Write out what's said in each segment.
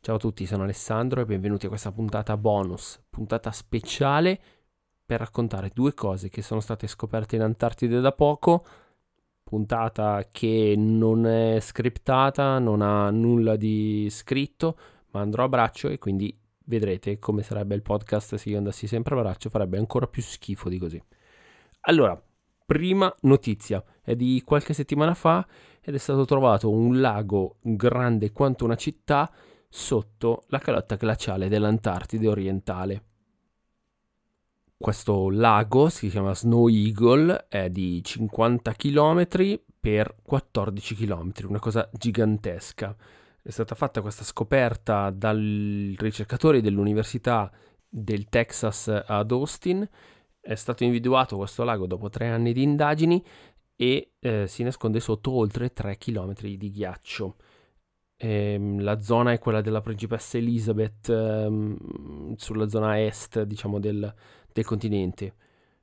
Ciao a tutti, sono Alessandro e benvenuti a questa puntata bonus, puntata speciale per raccontare due cose che sono state scoperte in Antartide da poco, puntata che non è scriptata, non ha nulla di scritto, ma andrò a braccio e quindi vedrete come sarebbe il podcast se io andassi sempre a braccio, farebbe ancora più schifo di così. Allora, prima notizia, è di qualche settimana fa ed è stato trovato un lago grande quanto una città sotto la calotta glaciale dell'Antartide orientale. Questo lago si chiama Snow Eagle, è di 50 km per 14 km, una cosa gigantesca. È stata fatta questa scoperta dai ricercatori dell'Università del Texas ad Austin. È stato individuato questo lago dopo 3 anni di indagini e si nasconde sotto oltre 3 km di ghiaccio. La zona è quella della principessa Elizabeth, sulla zona est, diciamo, del continente.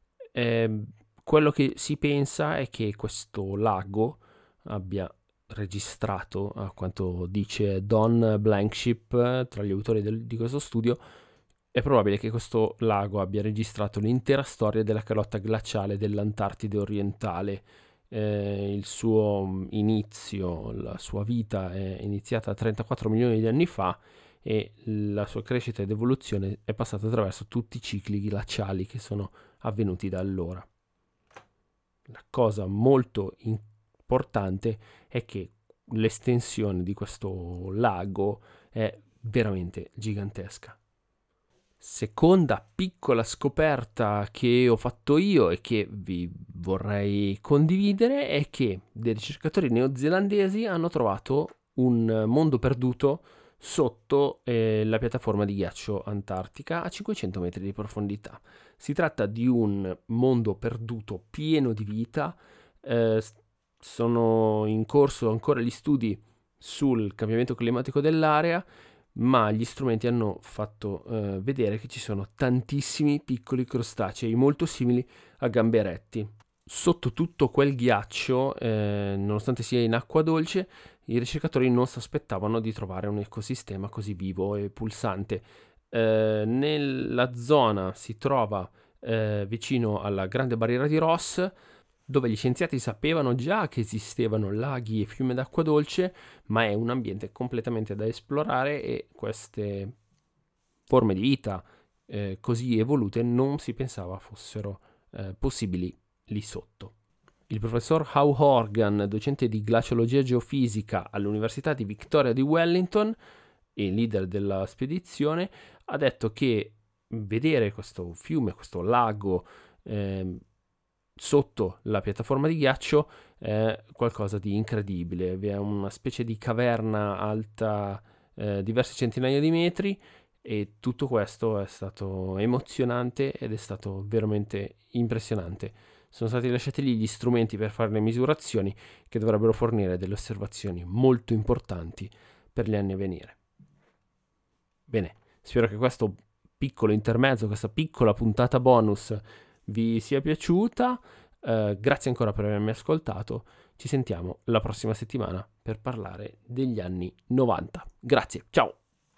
Quello che si pensa è che questo lago abbia registrato, a quanto dice Don Blankenship, tra gli autori di questo studio, è probabile che questo lago abbia registrato l'intera storia della calotta glaciale dell'Antartide orientale. Il suo inizio, la sua vita è iniziata 34 milioni di anni fa e la sua crescita ed evoluzione è passata attraverso tutti i cicli glaciali che sono avvenuti da allora. La cosa molto importante è che l'estensione di questo lago è veramente gigantesca. Seconda piccola scoperta che ho fatto io e che vi vorrei condividere è che dei ricercatori neozelandesi hanno trovato un mondo perduto sotto la piattaforma di ghiaccio antartica a 500 metri di profondità. Si tratta di un mondo perduto pieno di vita. Sono in corso ancora gli studi sul cambiamento climatico dell'area, ma gli strumenti hanno fatto vedere che ci sono tantissimi piccoli crostacei molto simili a gamberetti. Sotto tutto quel ghiaccio, nonostante sia in acqua dolce, i ricercatori non si aspettavano di trovare un ecosistema così vivo e pulsante. Nella zona si trova vicino alla grande barriera di Ross, dove gli scienziati sapevano già che esistevano laghi e fiumi d'acqua dolce, ma è un ambiente completamente da esplorare e queste forme di vita così evolute non si pensava fossero possibili lì sotto. Il professor Hugh Horgan, docente di glaciologia geofisica all'Università di Victoria di Wellington e leader della spedizione, ha detto che vedere questo fiume, questo lago sotto la piattaforma di ghiaccio è qualcosa di incredibile. Vi è una specie di caverna alta diverse centinaia di metri e tutto questo è stato emozionante ed è stato veramente impressionante. Sono stati lasciati lì gli strumenti per fare le misurazioni che dovrebbero fornire delle osservazioni molto importanti per gli anni a venire. Bene, spero che questo piccolo intermezzo, questa piccola puntata bonus vi sia piaciuta. Grazie ancora per avermi ascoltato. Ci sentiamo la prossima settimana per parlare degli anni 90. Grazie, ciao!